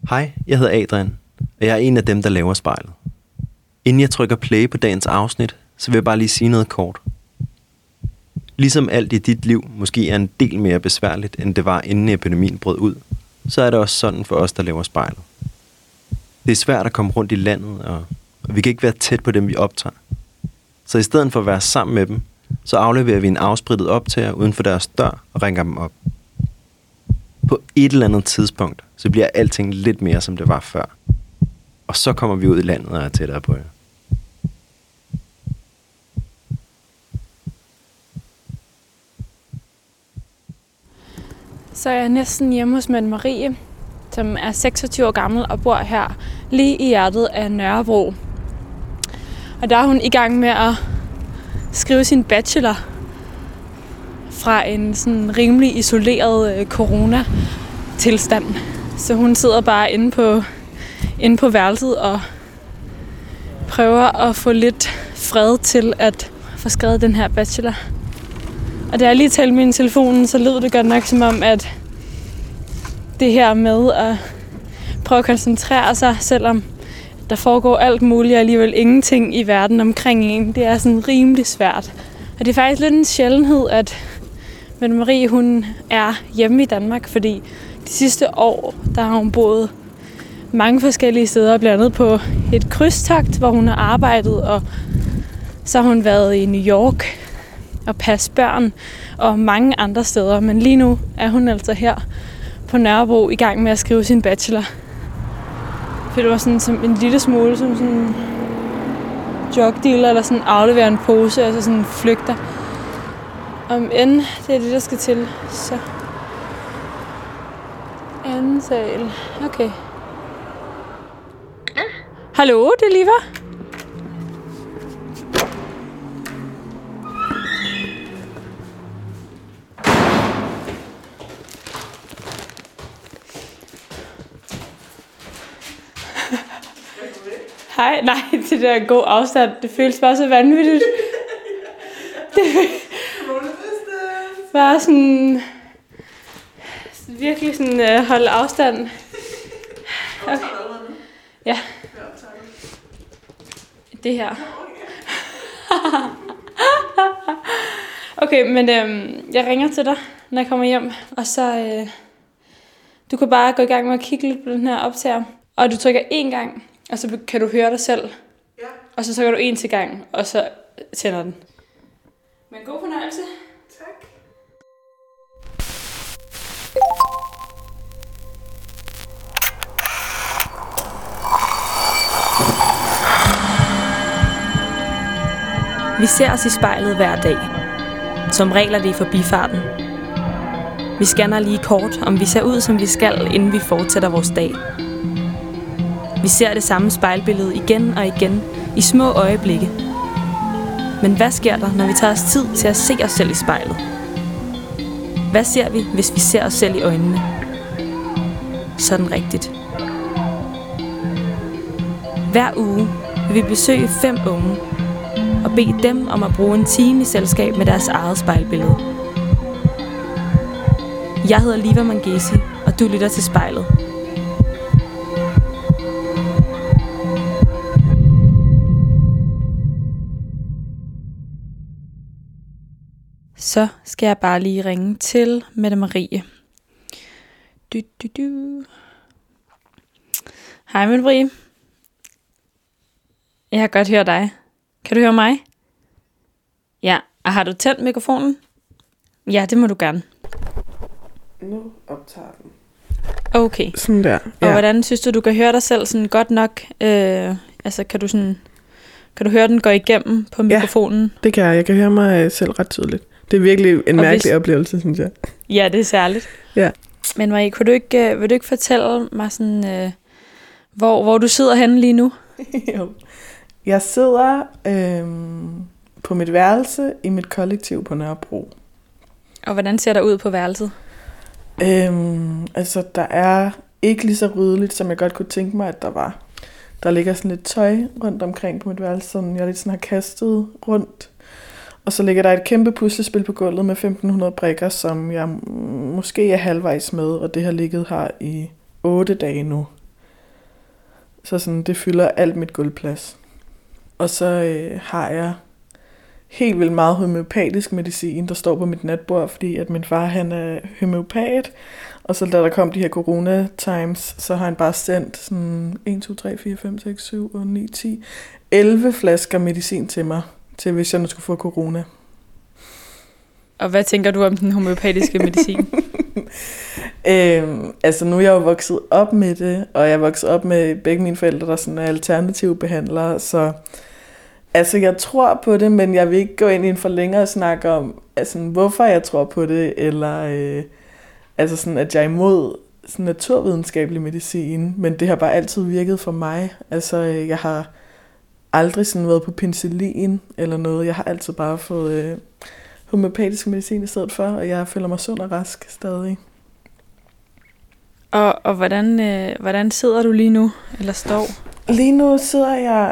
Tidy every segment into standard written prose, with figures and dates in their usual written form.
Hej, jeg hedder Adrian, og jeg er en af dem, der laver spejlet. Inden jeg trykker play på dagens afsnit, så vil jeg bare lige sige noget kort. Ligesom alt i dit liv måske er en del mere besværligt, end det var inden epidemien brød ud, så er det også sådan for os, der laver spejlet. Det er svært at komme rundt i landet, og vi kan ikke være tæt på dem, vi optager. Så i stedet for at være sammen med dem, så afleverer vi en afsprittet optager uden for deres dør og ringer dem op. På et eller andet tidspunkt, så bliver alting lidt mere, som det var før. Og så kommer vi ud i landet og er tættere på jer. Så er jeg næsten hjemme hos Mette Marie, som er 26 år gammel og bor her lige i hjertet af Nørrebro. Og der er hun i gang med at skrive sin bachelor fra en sådan rimelig isoleret corona-tilstand. Så hun sidder bare inde på værelset og prøver at få lidt fred til at få skrevet den her bachelor. Og da jeg lige talte med min telefon, så lød det godt nok som om, at det her med at prøve at koncentrere sig, selvom der foregår alt muligt og alligevel ingenting i verden omkring en, det er sådan rimelig svært. Og det er faktisk lidt en sjældenhed, at Mette Marie, hun er hjemme i Danmark, fordi de sidste år, der har hun boet mange forskellige steder, blandt andet på et krydstogt, hvor hun har arbejdet, og så har hun været i New York og passe børn og mange andre steder. Men lige nu er hun altså her på Nørrebro i gang med at skrive sin bachelor. For det var sådan som en lille smule som sådan en drugdealer, eller sådan afleverer en pose, altså sådan flygter. Om end det er det, der skal til, så anden sal. Okay. Hallo, det er Liva. Hej, nej, det der god afstand, det føles bare så vanvittigt. Det bare sådan virkelig sådan holde afstand. Okay. Ja. Det her. Okay, men jeg ringer til dig, når jeg kommer hjem, og så du kan bare gå i gang med at kigge lidt på den her optager, og du trykker 1 gang, og så kan du høre dig selv. Ja. Og så trykker du 1 til gang, og så tænder den. Men god fornøjelse. Tak. Vi ser os i spejlet hver dag. Som regel er det i forbifarten. Vi scanner lige kort, om vi ser ud, som vi skal, inden vi fortsætter vores dag. Vi ser det samme spejlbillede igen og igen, i små øjeblikke. Men hvad sker der, når vi tager os tid til at se os selv i spejlet? Hvad ser vi, hvis vi ser os selv i øjnene? Sådan rigtigt. Hver uge vil vi besøge 5 unge og bede dem om at bruge en time i selskab med deres eget spejlbillede. Jeg hedder Liva Mangesi, og du lytter til Spejlet. Så skal jeg bare lige ringe til Mette Marie. Hej Mette Marie. Jeg har godt hørt dig. Kan du høre mig? Ja, og har du tændt mikrofonen? Ja, det må du gerne. Nu optager den. Okay. Sådan der. Ja. Og hvordan synes du kan høre dig selv sådan godt nok? Altså, kan du høre den gå igennem på mikrofonen? Ja, det kan jeg. Jeg kan høre mig selv ret tydeligt. Det er virkelig en mærkelig oplevelse, synes jeg. Ja, det er særligt. Ja. Men Marie, vil du ikke fortælle mig sådan, hvor du sidder henne lige nu? Jo. Jeg sidder på mit værelse i mit kollektiv på Nørrebro. Og hvordan ser der ud på værelset? Altså, der er ikke lige så ryddeligt, som jeg godt kunne tænke mig, at der var. Der ligger sådan lidt tøj rundt omkring på mit værelse, som jeg lidt sådan har kastet rundt. Og så ligger der et kæmpe puslespil på gulvet med 1500 brikker, som jeg måske er halvvejs med, og det har ligget her i 8 dage nu. Så sådan, det fylder alt mit gulvplads. Og så har jeg helt vildt meget homeopatisk medicin, der står på mit natbord, fordi at min far, han er homeopat. Og så da der kom de her corona-times, så har han bare sendt sådan 1, 2, 3, 4, 5, 6, 7, 8, 9, 10, 11 flasker medicin til mig, til hvis jeg nu skulle få corona. Og hvad tænker du om den homeopatiske medicin? Altså nu er jeg jo vokset op med det, og jeg er vokset op med begge mine forældre, der sådan er alternative behandlere, så altså jeg tror på det, men jeg vil ikke gå ind i en for længere snak om, altså hvorfor jeg tror på det, eller altså sådan, at jeg er imod sådan naturvidenskabelig medicin, men det har bare altid virket for mig. Altså jeg har aldrig sådan været på penicillin eller noget, jeg har altid bare fået homeopatisk medicin i stedet for, og jeg føler mig sund og rask stadig. Og hvordan sidder du lige nu, eller står? Lige nu sidder jeg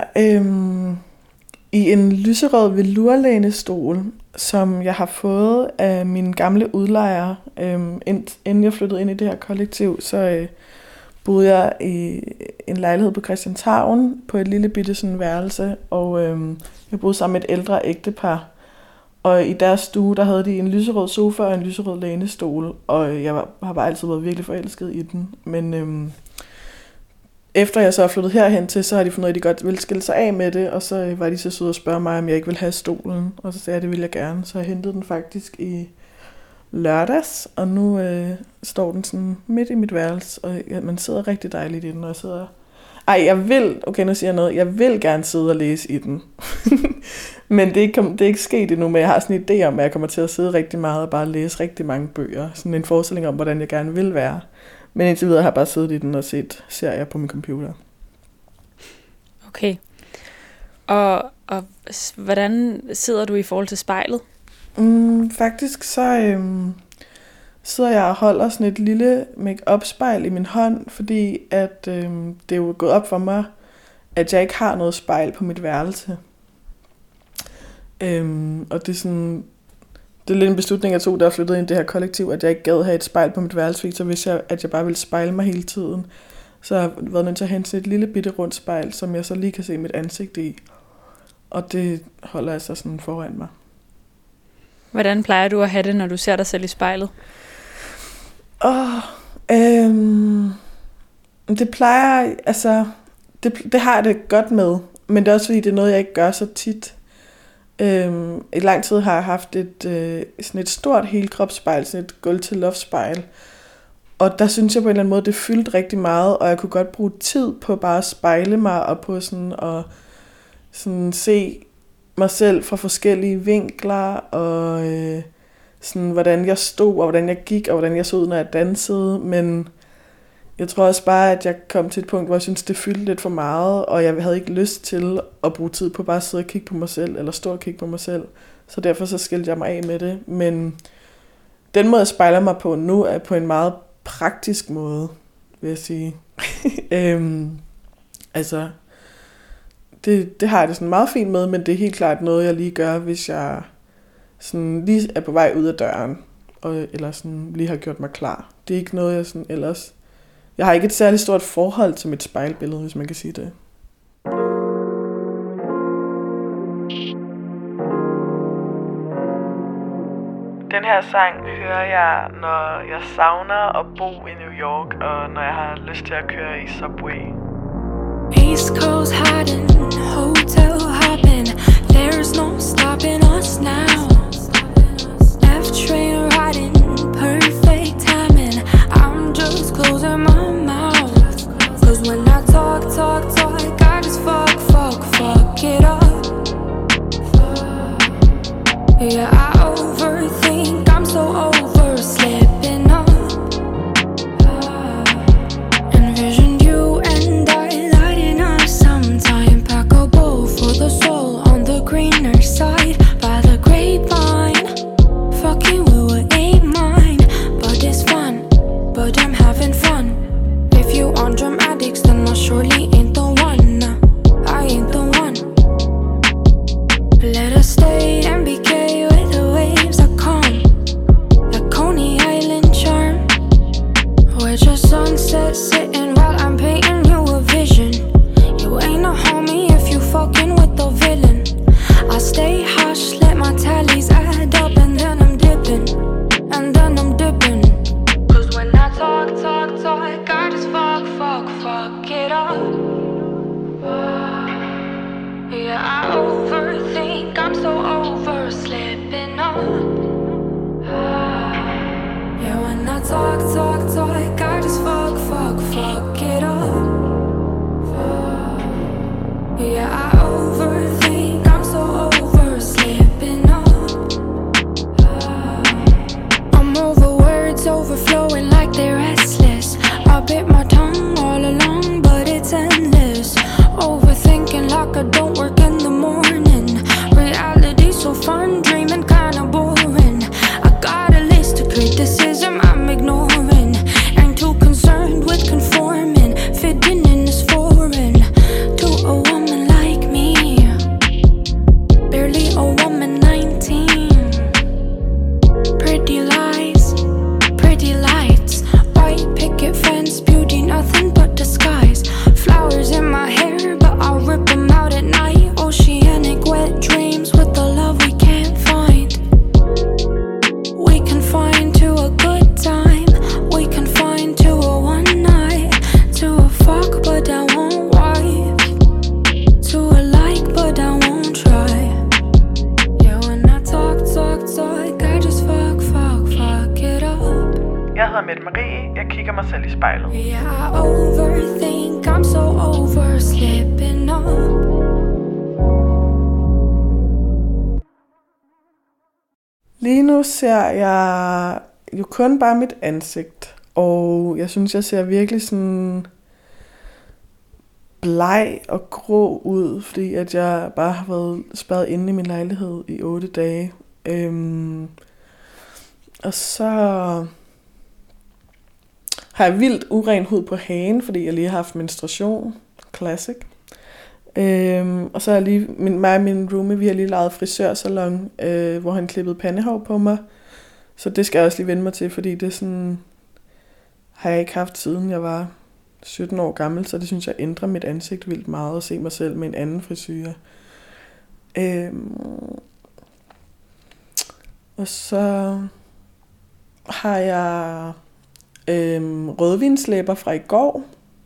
i en lyserød velurlænestol, som jeg har fået af mine gamle udlejere. Inden jeg flyttede ind i det her kollektiv, så boede jeg i en lejlighed på Christianshavn på et lille bitte sådan værelse, og jeg boede sammen med et ældre ægtepar. Og i deres stue, der havde de en lyserød sofa og en lyserød lænestol, og jeg har bare altid været virkelig forelsket i den. Men efter jeg så er flyttet herhen til, så har de fundet ud af, at de godt ville skille sig af med det, og så var de så søde at spørge mig, om jeg ikke ville have stolen, og så sagde jeg, at det ville jeg gerne. Så jeg hentede den faktisk i lørdags, og nu står den sådan midt i mit værelse, og man sidder rigtig dejligt i den, og jeg sidder... nu siger jeg noget, jeg vil gerne sidde og læse i den. Men det er ikke sket endnu, men jeg har sådan en idé om, at jeg kommer til at sidde rigtig meget og bare læse rigtig mange bøger. Sådan en forestilling om, hvordan jeg gerne vil være. Men indtil videre har jeg bare siddet i den og set serier på min computer. Okay. Og hvordan sidder du i forhold til spejlet? Faktisk så sidder jeg og holder sådan et lille make-up-spejl i min hånd, fordi at det er jo gået op for mig, at jeg ikke har noget spejl på mit værelse. Og det er sådan... Det er lidt en beslutning, jeg tog, da jeg flyttede ind i det her kollektiv, at jeg ikke gad have et spejl på mit værelse, fordi så vidste jeg, at jeg bare ville spejle mig hele tiden. Så jeg har været nødt til at hente et lille bitte rundt spejl, som jeg så lige kan se mit ansigt i. Og det holder jeg så sådan foran mig. Hvordan plejer du at have det, når du ser dig selv i spejlet? Det plejer, altså, det har jeg det godt med, men det er også fordi, det er noget, jeg ikke gør så tit. I lang tid har jeg haft sådan et stort helkropsspejl, sådan et gulv til loftspejl. Og der synes jeg på en eller anden måde, det fyldte rigtig meget, og jeg kunne godt bruge tid på bare at spejle mig, og på sådan at sådan se mig selv fra forskellige vinkler, og sådan hvordan jeg stod, og hvordan jeg gik, og hvordan jeg så ud, når jeg dansede. Men jeg tror også bare, at jeg kom til et punkt, hvor jeg synes, det fyldte lidt for meget, og jeg havde ikke lyst til at bruge tid på bare at sidde og kigge på mig selv, eller stå og kigge på mig selv. Så derfor så skilte jeg mig af med det. Men den måde, jeg spejler mig på nu, er på en meget praktisk måde, vil jeg sige. Altså, det har jeg det sådan meget fint med, men det er helt klart noget, jeg lige gør, hvis jeg sådan lige er på vej ud af døren, eller sådan lige har gjort mig klar. Det er ikke noget, jeg sådan ellers... Jeg har ikke et særligt stort forhold til mit spejlbillede, hvis man kan sige det. Den her sang hører jeg, når jeg savner at bo i New York, og når jeg har lyst til at køre i Subway. East Coast hiding, hotel hopping, there's no stopping us now. Left train riding, perfect timing, I'm just closing my mouth. Cause when I talk, I just fuck it up. Yeah, I overthink, I'm so over slipping up. Envision you and I lighting up sometime, pack a bowl for the soul on the greener side by the grapevine. Fucking with what ain't mine, but it's fun, but I'm having fun. If you on drum addicts, then I surely ain't the one. I ain't the one. Let us stay MBK with the Yeah, when I talk, I just fuck it up. Yeah, I overthink, I'm so over slipping up. I'm over words overflowing like they're restless. I bit my tongue all along, but it's endless. Overthinking like I don't work in the morning. Reality so fun, dreaming kinda boring. I got a list of criticism I'm ignoring. Ain't too concerned with conforming, fitting in is foreign to a woman like me. Barely a woman, 19. Pretty lies, pretty lights, white picket fence, beauty nothing but disguise. Flowers in my hair, but I'll rip them out at night. Oceanic wet dreams with the love we can't find. We can find to a good time, we can find to a one night, to a fuck but I won't wife, to a like but I won't try. Yeah, when I talk, I just fuck it up. Jeg hedder Mette Marie. Jeg kigger mig selv i spejlet. Yeah, I overthink, I'm so over slipping up. Lige nu ser jeg jo kun bare mit ansigt, og jeg synes, jeg ser virkelig sådan bleg og grå ud, fordi at jeg bare har været spærret inde i min lejlighed i 8 dage. Og så har jeg vildt uren hud på hagen, fordi jeg lige har haft menstruation. Classic. Og så har jeg lige, mig og min roomie, vi har lige lejet frisørsalon, hvor han klippede pandehår på mig. Så det skal jeg også lige vende mig til, fordi det sådan, har jeg ikke haft siden jeg var 17 år gammel, så det synes jeg ændrer mit ansigt vildt meget at se mig selv med en anden frisyre. Og så har jeg rødvinslæber fra i går,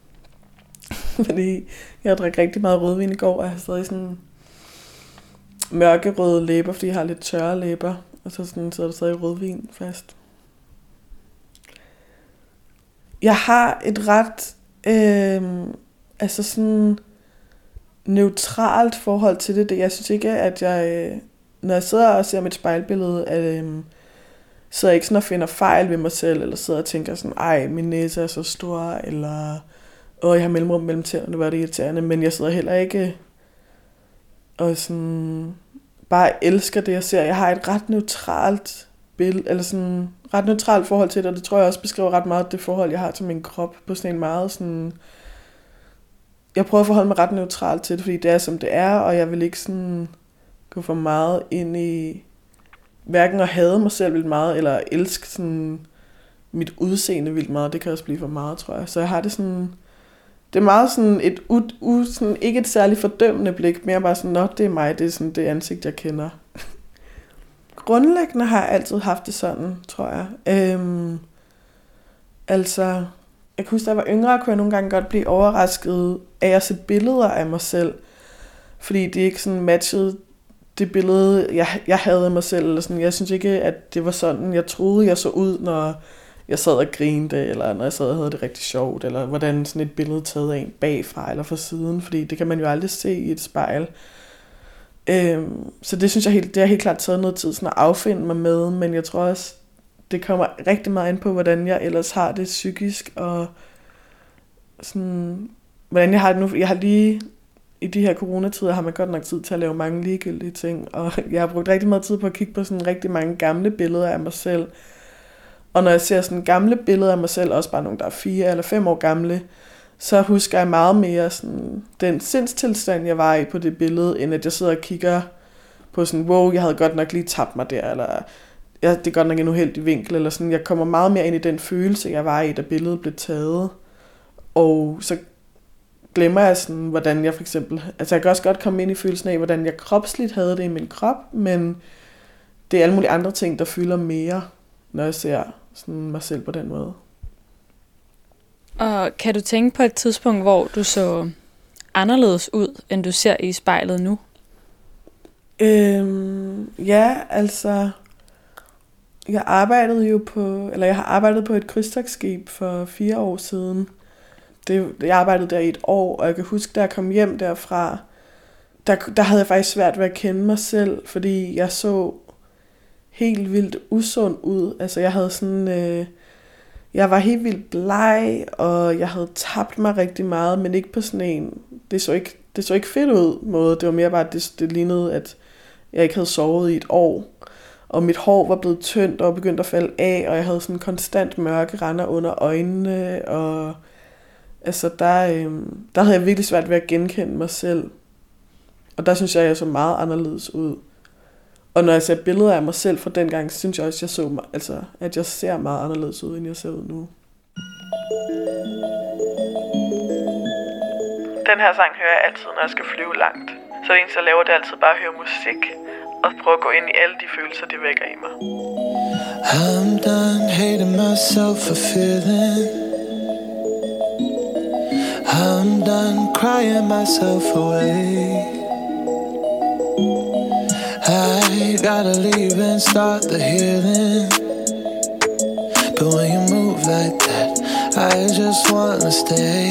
fordi jeg drak rigtig meget rødvin i går, og jeg har stadig sådan mørkerøde læber, fordi jeg har lidt tørre læber, og så sådan, sidder der stadig rødvin fast. Jeg har et ret altså sådan neutralt forhold til det. Jeg synes ikke, at jeg, når jeg sidder og ser mit spejlbillede, sidder jeg ikke sådan og finder fejl ved mig selv, eller sidder og tænker sådan, ej, min næse er så stor, eller jeg har mellemrum mellem tænderne, var det irriterende, men jeg sidder heller ikke og sådan bare elsker det, jeg ser. Jeg har et ret neutralt billede, eller sådan ret neutralt forhold til det, og det tror jeg også beskriver ret meget det forhold, jeg har til min krop, på sådan en meget sådan, jeg prøver at forholde mig ret neutralt til det, fordi det er som det er, og jeg vil ikke sådan gå for meget ind i hverken at hade mig selv vildt meget, eller elske sådan mit udseende vildt meget. Det kan også blive for meget, tror jeg. Så jeg har det sådan, det er meget sådan et sådan, ikke et særligt fordømmende blik, mere bare sådan, det er mig, det er sådan det ansigt, jeg kender. Grundlæggende har jeg altid haft det sådan, tror jeg. Altså, jeg kan huske, da jeg var yngre, kunne jeg nogle gange godt blive overrasket af at se billeder af mig selv, fordi det ikke sådan matchede det billede, jeg havde af mig selv. Eller sådan. Jeg synes ikke, at det var sådan, jeg troede, jeg så ud, når jeg sad og grinte, eller når jeg sad og havde det rigtig sjovt, eller hvordan sådan et billede taget af en bagfra eller fra siden, fordi det kan man jo aldrig se i et spejl. Så det synes jeg det har helt klart taget noget tid sådan at affinde mig med, men jeg tror også, det kommer rigtig meget ind på, hvordan jeg ellers har det psykisk, og sådan, hvordan jeg har det nu. Jeg har lige, i de her coronatider, har man godt nok tid til at lave mange ligegyldige ting, og jeg har brugt rigtig meget tid på at kigge på sådan rigtig mange gamle billeder af mig selv. Og når jeg ser sådan gamle billeder af mig selv, også bare nogle, der er 4 eller 5 år gamle, så husker jeg meget mere sådan den sindstilstand, jeg var i på det billede, end at jeg sidder og kigger på sådan, wow, jeg havde godt nok lige tabt mig der, eller det er godt nok en uheldig vinkel, eller sådan. Jeg kommer meget mere ind i den følelse, jeg var i, da billedet blev taget. Og så glemmer jeg sådan, hvordan jeg for eksempel, altså jeg kan også godt komme ind i følelsen af, hvordan jeg kropsligt havde det i min krop, men det er alle mulige andre ting, der fylder mere, når jeg ser sådan mig selv på den måde. Og kan du tænke på et tidspunkt, hvor du så anderledes ud, end du ser i spejlet nu? Ja, altså, Jeg har arbejdet på et krydstogtskib for 4 år siden. Jeg arbejdede der i 1 år, og jeg kan huske, da jeg kom hjem derfra, der havde jeg faktisk svært ved at kende mig selv, fordi jeg så helt vildt usund ud. Altså jeg havde sådan, jeg var helt vildt bleg, og jeg havde tabt mig rigtig meget, men ikke på sådan en, det så ikke fedt ud måde. Det var mere bare, det lignede, at jeg ikke havde sovet i 1 år. Og mit hår var blevet tyndt og begyndt at falde af, og jeg havde sådan konstant mørke render under øjnene, og altså der havde jeg virkelig svært ved at genkende mig selv. Og der synes jeg så meget anderledes ud. Og når jeg ser billeder af mig selv fra dengang, synes jeg også, at jeg ser meget anderledes ud, end jeg ser ud nu. Den her sang hører jeg altid, når jeg skal flyve langt. Så det eneste, jeg laver, det er altid bare at høre musik og prøve at gå ind i alle de følelser, det vækker i mig. I'm done hating myself for feeling. I'm done crying myself away. I gotta leave and start the healing. But when you move like that, I just wanna stay.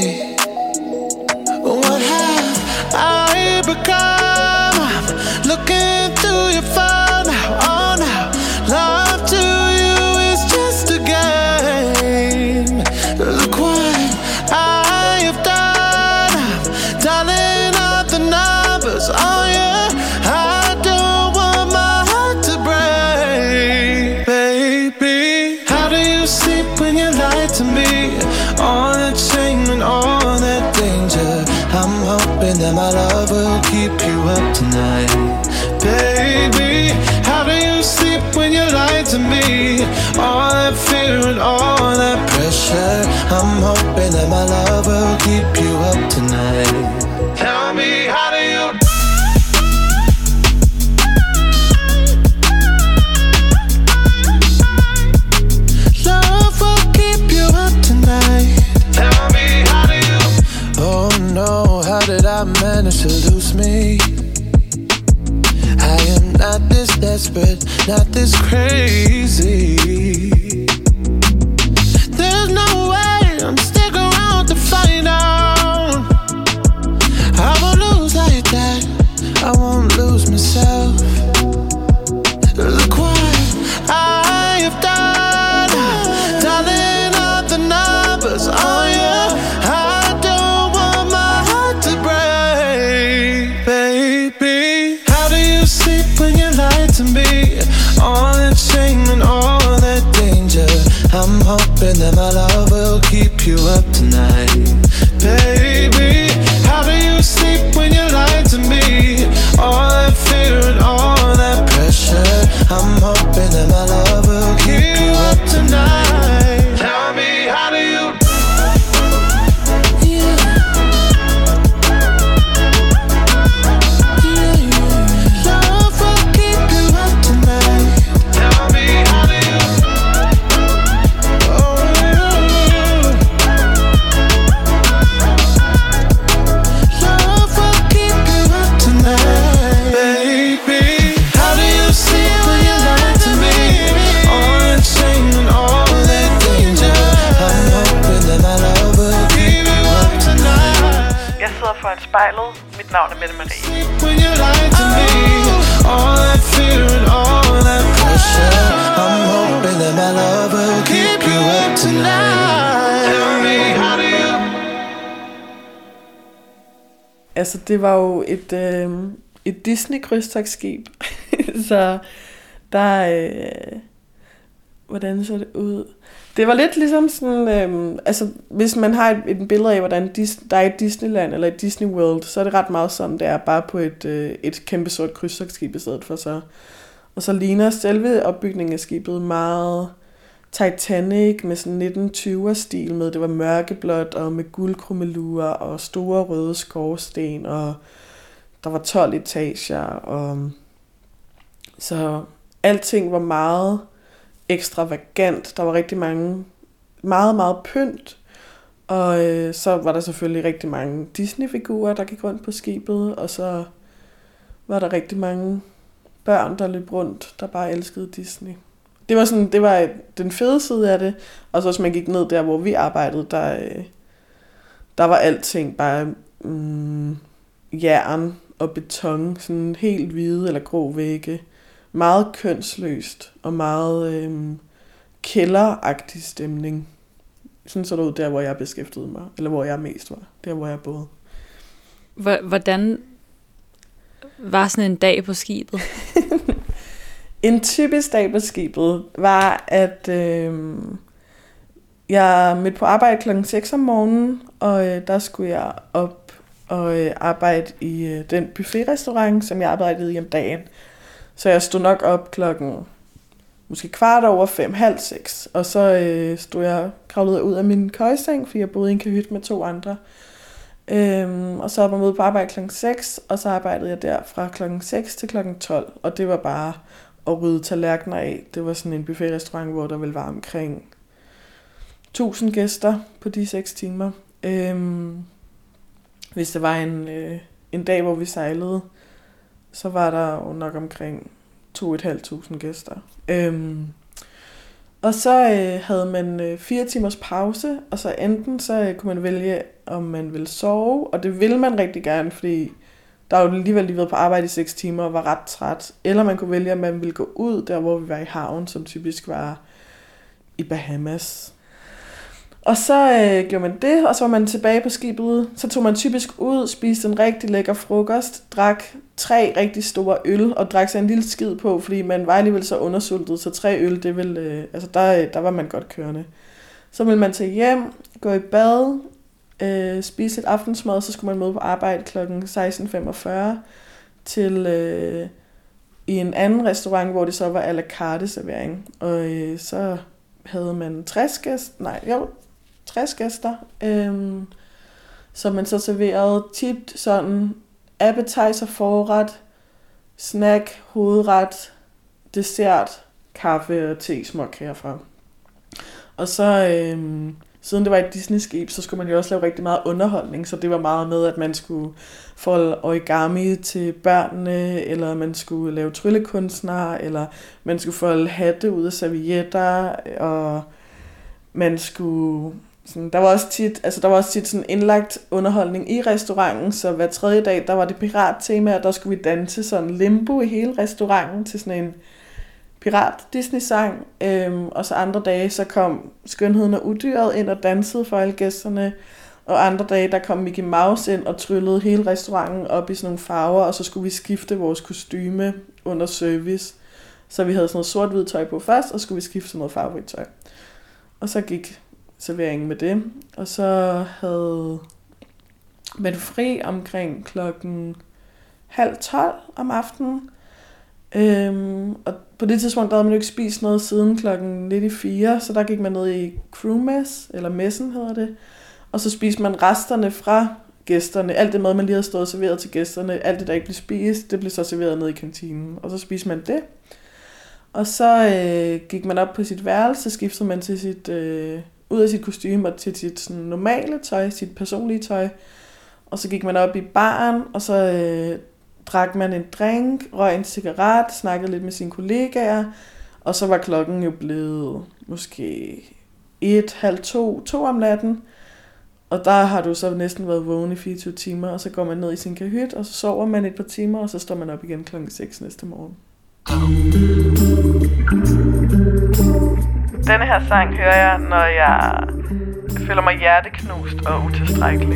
What have I become? I'm looking through your phone now, oh now. Love to you is just a game. Look what I have done. I'm dialing up the numbers, oh yeah. I don't want my heart to break. Baby, how do you sleep when you lie to me? All that shame and all that danger. I'm hoping that my love will keep you up tonight. Baby, how do you sleep when you lie to me? All that fear and all that pressure. I'm hoping that my love will keep you up tonight. Tell me, how do you? Love will keep you up tonight. Tell me, how do you? Oh no, how did I manage to lose me? I am not this desperate, not this crazy. There's no way I'm sticking around to find out. I won't lose like that, I won't lose myself. Look what I have done, dialing up the numbers, oh yeah. I don't want my heart to break. Baby, how do you sleep when you lie to me? All that shame and all that danger. I'm hoping that my love will keep you up tonight. Baby, how do you sleep when you lie to me? All that fear and all that pressure. I'm hoping that my love will keep you up tonight. Tell me, how do you? Love will keep you up tonight. Tell me, how do you? Oh, love will keep you up tonight. Baby, how do you sleep when you lie to me? All that shame and all that danger. I'm hoping that my love will keep you up tonight. Jeg sidder foran spejlet. Mit navn er Mette Marie. When you lie to me, all that fear and all that pressure. I'm hoping that my love will keep you up tonight. Tell me, how do you? Altså, det var jo et Disney-krydstogtskib. Så der... hvordan så det ud? Det var lidt ligesom sådan... altså, hvis man har et billede af, hvordan der er et Disneyland eller et Disney World, så er det ret meget sådan, det er bare på et kæmpe sort krydstogtskib i stedet for så. Og så ligner selve opbygningen af skibet meget Titanic med sådan 1920'er-stil med, det var mørkeblåt og med guldkrummelurer og store røde skorsten, og der var 12 etager, og så alting var meget ekstravagant. Der var rigtig mange, meget, meget pynt, og så var der selvfølgelig rigtig mange Disney-figurer, der gik rundt på skibet, og så var der rigtig mange børn, der løb rundt, der bare elskede Disney. det var den fede side af det. Og så hvis man gik ned der, hvor vi arbejdede, der var alting bare jern og beton, sådan helt hvide eller grå vægge. Meget kønsløst og meget kælderagtig stemning. Sådan så det ud der, hvor jeg beskæftigede mig, eller hvor jeg mest var, der hvor jeg boede. Hvordan var sådan en dag på skibet? En typisk dag på skibet var, at jeg mødte på arbejde klokken 6 om morgenen, og der skulle jeg op og arbejde i den buffetrestaurant, som jeg arbejdede i om dagen. Så jeg stod nok op klokken måske 5:15, halv 6, og så stod jeg kravlet ud af min køjeseng, fordi jeg boede i en kahyt med 2 andre. Og så var jeg mødt på arbejde klokken 6, og så arbejdede jeg der fra klokken 6 til klokken 12, og det var bare at rydde tallerkener af. Det var sådan en buffetrestaurant, hvor der ville være omkring 1000 gæster på de 6 timer. Hvis det var en dag, hvor vi sejlede, så var der jo nok omkring 2.500 gæster. Og så havde man 4 timers pause, og så enten så kunne man vælge, om man ville sove, og det ville man rigtig gerne, fordi der var jo alligevel lige været på arbejde i 6 timer og var ret træt. Eller man kunne vælge, at man ville gå ud, der hvor vi var i havn, som typisk var i Bahamas. Og så gjorde man det, og så var man tilbage på skibet. Så tog man typisk ud, spiste en rigtig lækker frokost, drak 3 rigtig store øl, og drak sig en lille skid på, fordi man var alligevel så undersultet, så 3 øl, det ville, der var man godt kørende. Så ville man tage hjem, gå i bad, spise et aftensmad, og så skulle man møde på arbejde kl. 16:45 til i en anden restaurant, hvor det så var à la carte servering. Og så havde man 60 gæster, så man så serverede tit sådan appetizer, forret, snack, hovedret, dessert, kaffe og te, småkager fra. Og så siden det var et Disney-skib, så skulle man jo også lave rigtig meget underholdning, så det var meget med, at man skulle folde origami til børnene, eller man skulle lave tryllekunstnere, eller man skulle folde hatte ud af servietter, og man skulle... Sådan, der var også tit sådan indlagt underholdning i restauranten, så hver 3. dag, der var det pirattema, og der skulle vi danse sådan limbo i hele restauranten til sådan en pirat-Disney-sang. Og så andre dage, så kom Skønheden og Udyret ind og dansede for alle gæsterne. Og andre dage, der kom Mickey Mouse ind og tryllede hele restauranten op i sådan nogle farver, og så skulle vi skifte vores kostyme under service. Så vi havde sådan noget sort-hvid tøj på først, og så skulle vi skifte noget farverigt tøj. Og så gik serveringen med det. Og så havde man fri omkring klokken 11:30 om aftenen. Og på det tidspunkt, der havde man jo ikke spist noget siden klokken 4, så der gik man ned i crewmess, eller messen hedder det. Og så spiste man resterne fra gæsterne. Alt det mad, man lige havde stået og serveret til gæsterne, alt det, der ikke blev spist, det blev så serveret ned i kantinen. Og så spiste man det. Og så gik man op på sit værelse, så skiftede man til sit, ud af sit kostume og til sit sådan, normale tøj, sit personlige tøj. Og så gik man op i baren, og så drak man en drink, røg en cigaret, snakkede lidt med sine kollegaer. Og så var klokken jo blevet måske 1:30, 2 om natten. Og der har du så næsten været vågen i 24 timer, og så går man ned i sin kahyt, og så sover man et par timer, og så står man op igen klokken 6 næste morgen. Denne her sang hører jeg, når jeg føler mig hjerteknust og utilstrækkelig.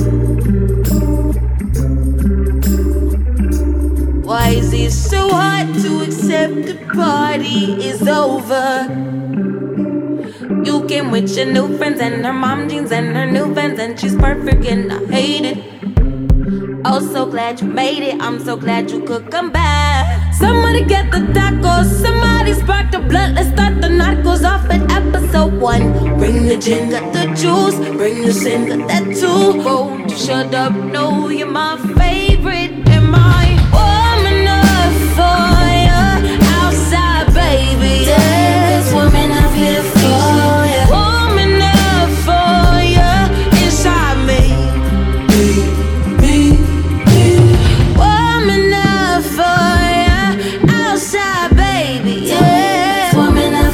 Why is it so hard to accept the party is over? You came with your new friends and her mom jeans and her new Vans, and she's perfect and I hate it. Oh, so glad you made it, I'm so glad you could come back. Somebody get the tacos, somebody spark the blood, let's start the narcos off at episode 1. Bring the gin, got the juice, bring the sin, got that too. Won't you shut up, no, you're my favorite. Am I warm enough for you outside, baby? This woman I'm here for you. Warm enough for you inside me. Warm enough for you outside, baby. Yeah. Warm enough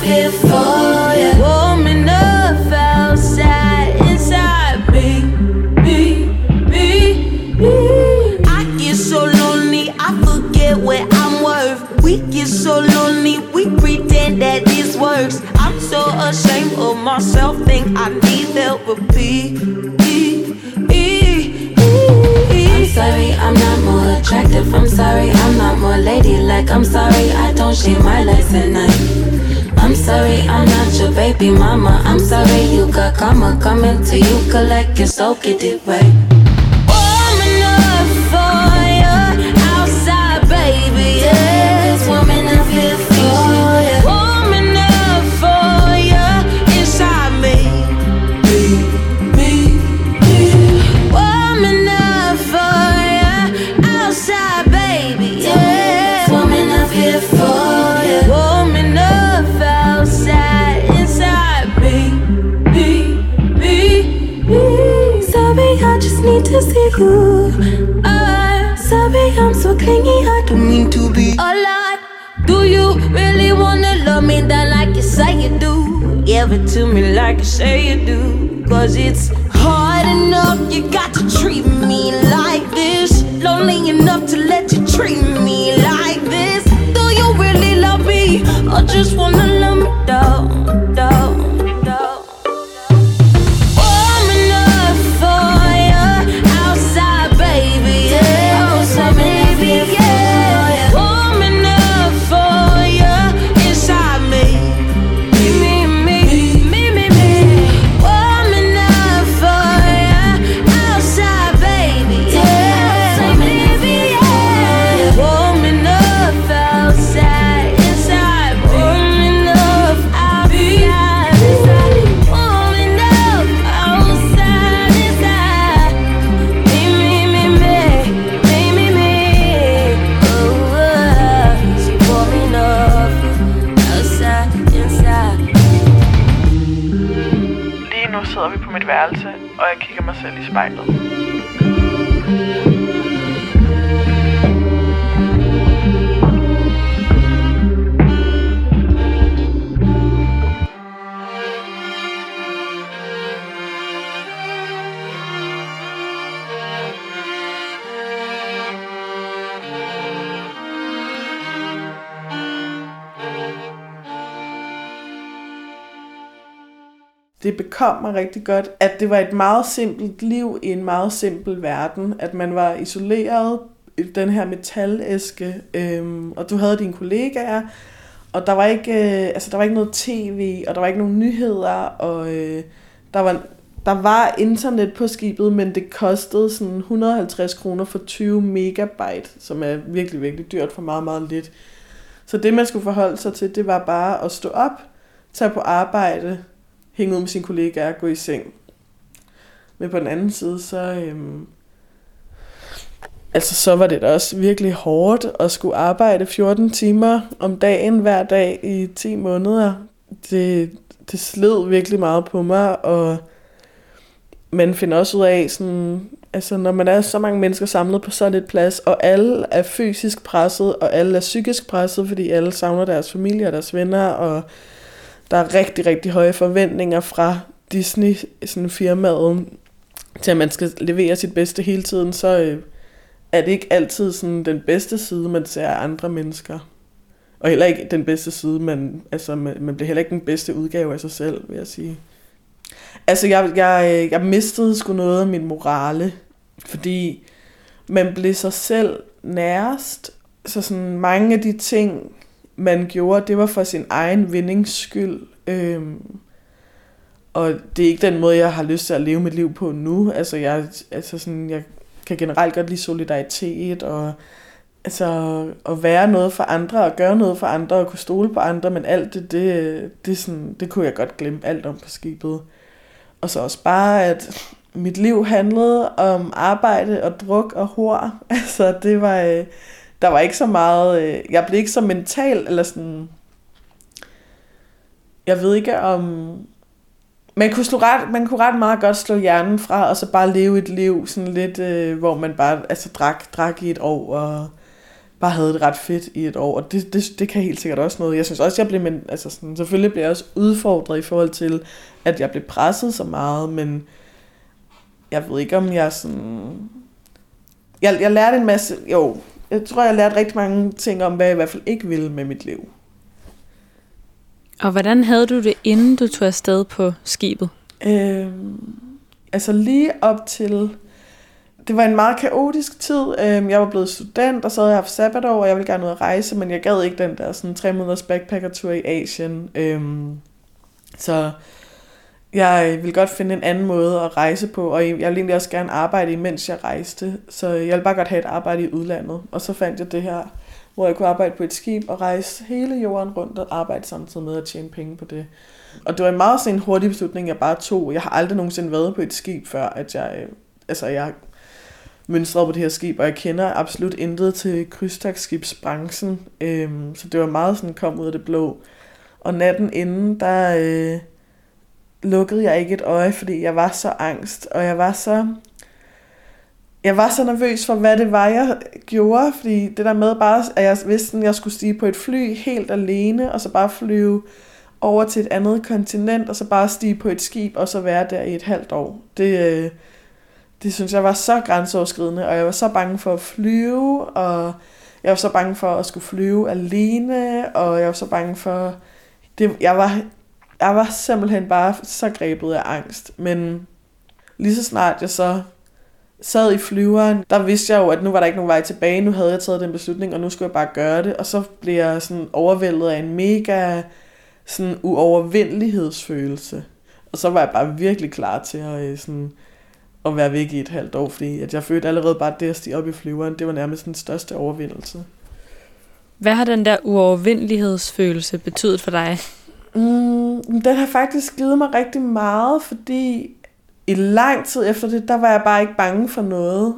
this works. I'm so ashamed of myself, think I need therapy. I'm sorry, I'm not more attractive. I'm sorry, I'm not more ladylike. I'm sorry, I don't shave my legs at night. I'm sorry, I'm not your baby mama. I'm sorry, you got karma coming to you. Collect your soul, get it right. Warm enough for you outside, baby. Yes, warm enough here for you. Warm enough for you inside me. Warm enough for you outside, baby. Yes, warm enough here for you. Warm enough outside, inside me. Sorry, I just need to see you. Sorry, I'm so clingy, I don't mean to be a lot. Do you really wanna love me down like you say you do? Give it to me like you say you do. Cause it's hard enough, you got to treat me like this. Lonely enough to let you treat me like this. Do you really love me or just wanna love me down? Warm enough for you outside, baby. Yeah, baby, yeah. Warm enough for you inside me. Warm enough for you outside, baby. Yeah, baby, yeah. Warm enough outside, inside. Warm enough outside, inside. Warm enough outside, inside. Me. Oh, she warm enough outside, inside. Lige nu sidder vi på mit værelse, og jeg kigger mig selv i spejlet. Det bekom mig rigtig godt, at det var et meget simpelt liv i en meget simpel verden. At man var isoleret i den her metalæske, og du havde dine kollegaer, og der var ikke noget tv, og der var ikke nogen nyheder, og der var internet på skibet, men det kostede sådan 150 kroner for 20 megabyte, som er virkelig, virkelig dyrt for meget, meget lidt. Så det, man skulle forholde sig til, det var bare at stå op, tage på arbejde, hænge ud med sine kollegaer og gå i seng. Men på den anden side, så var det da også virkelig hårdt at skulle arbejde 14 timer om dagen hver dag i 10 måneder. Det sled virkelig meget på mig, og man finder også ud af, sådan, altså når man er så mange mennesker samlet på så lidt plads, og alle er fysisk presset, og alle er psykisk presset, fordi alle savner deres familie og deres venner, og der er rigtig, rigtig høje forventninger fra Disney, sådan firmaet, til at man skal levere sit bedste hele tiden, så er det ikke altid sådan den bedste side, man ser af andre mennesker. Og heller ikke den bedste side, man bliver heller ikke den bedste udgave af sig selv, vil jeg sige. Altså, jeg mistede sgu noget af min morale, fordi man blev sig selv nærest. Så sådan mange af de ting, man gjorde, det var for sin egen vindings skyld. Og det er ikke den måde, jeg har lyst til at leve mit liv på nu. Altså, jeg kan generelt godt lide solidaritet, og altså, at være noget for andre, og gøre noget for andre, og kunne stole på andre, men alt det kunne jeg godt glemme alt om på skibet. Og så også bare, at mit liv handlede om arbejde og druk og hår. Altså, det var, der var ikke så meget, jeg blev ikke så mental, eller sådan, jeg ved ikke om, man kunne ret meget godt slå hjernen fra, og så bare leve et liv sådan lidt, hvor man bare drak i et år, og bare havde det ret fedt i et år, og det kan helt sikkert også noget. Jeg synes også, selvfølgelig blev jeg også udfordret i forhold til, at jeg blev presset så meget, men jeg ved ikke, om jeg sådan, jeg lærte en masse, jeg tror, jeg lærte rigtig mange ting om, hvad jeg i hvert fald ikke ville med mit liv. Og hvordan havde du det, inden du tog afsted på skibet? Altså lige op til... Det var en meget kaotisk tid. Jeg var blevet student, og så havde jeg haft sabbatår, og jeg ville gerne ud at rejse, men jeg gad ikke den der sådan 3 måneders backpackertur i Asien. Så jeg ville godt finde en anden måde at rejse på, og jeg ville egentlig også gerne arbejde, imens jeg rejste. Så jeg ville bare godt have et arbejde i udlandet. Og så fandt jeg det her, hvor jeg kunne arbejde på et skib og rejse hele jorden rundt og arbejde samtidig med at tjene penge på det. Og det var en meget sådan hurtig beslutning, jeg bare tog. Jeg har aldrig nogensinde været på et skib før, at jeg mønstrede på det her skib, og jeg kender absolut intet til krydstogtskibsbranchen. Så det var meget sådan, kom ud af det blå. Og natten inden, der lukkede jeg ikke et øje, fordi jeg var så angst, og jeg var så nervøs for, hvad det var, jeg gjorde, fordi det der med bare, at jeg vidste, at jeg skulle stige på et fly helt alene, og så bare flyve over til et andet kontinent, og så bare stige på et skib, og så være der i et halvt år. Det synes jeg var så grænseoverskridende, og jeg var så bange for at flyve, og jeg var så bange for at skulle flyve alene, og jeg var så bange for... Jeg var simpelthen bare så grebet af angst. Men lige så snart jeg så sad i flyveren, der vidste jeg jo, at nu var der ikke nogen vej tilbage. Nu havde jeg taget den beslutning, og nu skulle jeg bare gøre det. Og så blev jeg sådan overvældet af en mega sådan uovervindelighedsfølelse. Og så var jeg bare virkelig klar til at være væk i et halvt år, fordi at jeg følte allerede bare det at stige op i flyveren, det var nærmest den største overvindelse. Hvad har den der uovervindelighedsfølelse betydet for dig? Den har faktisk givet mig rigtig meget, fordi i lang tid efter det, der var jeg bare ikke bange for noget.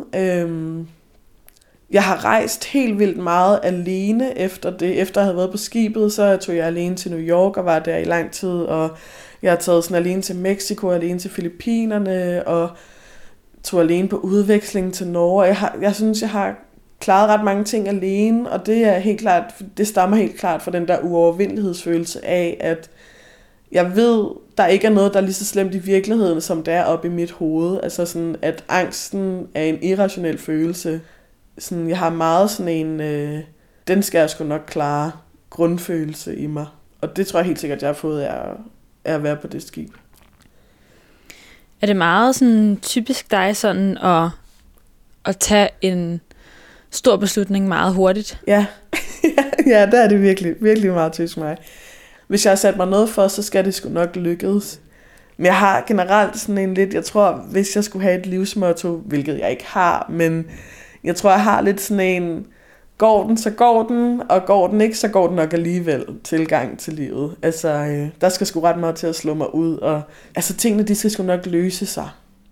Jeg har rejst helt vildt meget alene efter det. Efter jeg havde været på skibet, så tog jeg alene til New York og var der i lang tid, og jeg har taget sådan alene til Mexico, alene til Filippinerne, og tog alene på udveksling til Norge. Jeg synes, jeg har klaret ret mange ting alene, og det er helt klart, det stammer helt klart fra den der uovervindelighedsfølelse af, at jeg ved, der ikke er noget, der er lige så slemt i virkeligheden, som det er oppe i mit hoved. Altså sådan, at angsten er en irrationel følelse. Sådan, jeg har meget sådan en, den skal jeg sgu nok klare, grundfølelse i mig. Og det tror jeg helt sikkert, jeg har fået af at være på det skib. Er det meget sådan typisk dig sådan at tage en stor beslutning meget hurtigt? Ja, ja, der er det virkelig, virkelig meget typisk mig. Hvis jeg har sat mig noget for, så skal det sgu nok lykkes. Men jeg har generelt sådan en lidt, jeg tror, hvis jeg skulle have et livsmotto, hvilket jeg ikke har, men jeg tror, jeg har lidt sådan en, går den, så går den, og går den ikke, så går den nok alligevel tilgang til livet. Altså, der skal sgu ret meget til at slå mig ud, og altså, tingene, de skal sgu nok løse sig.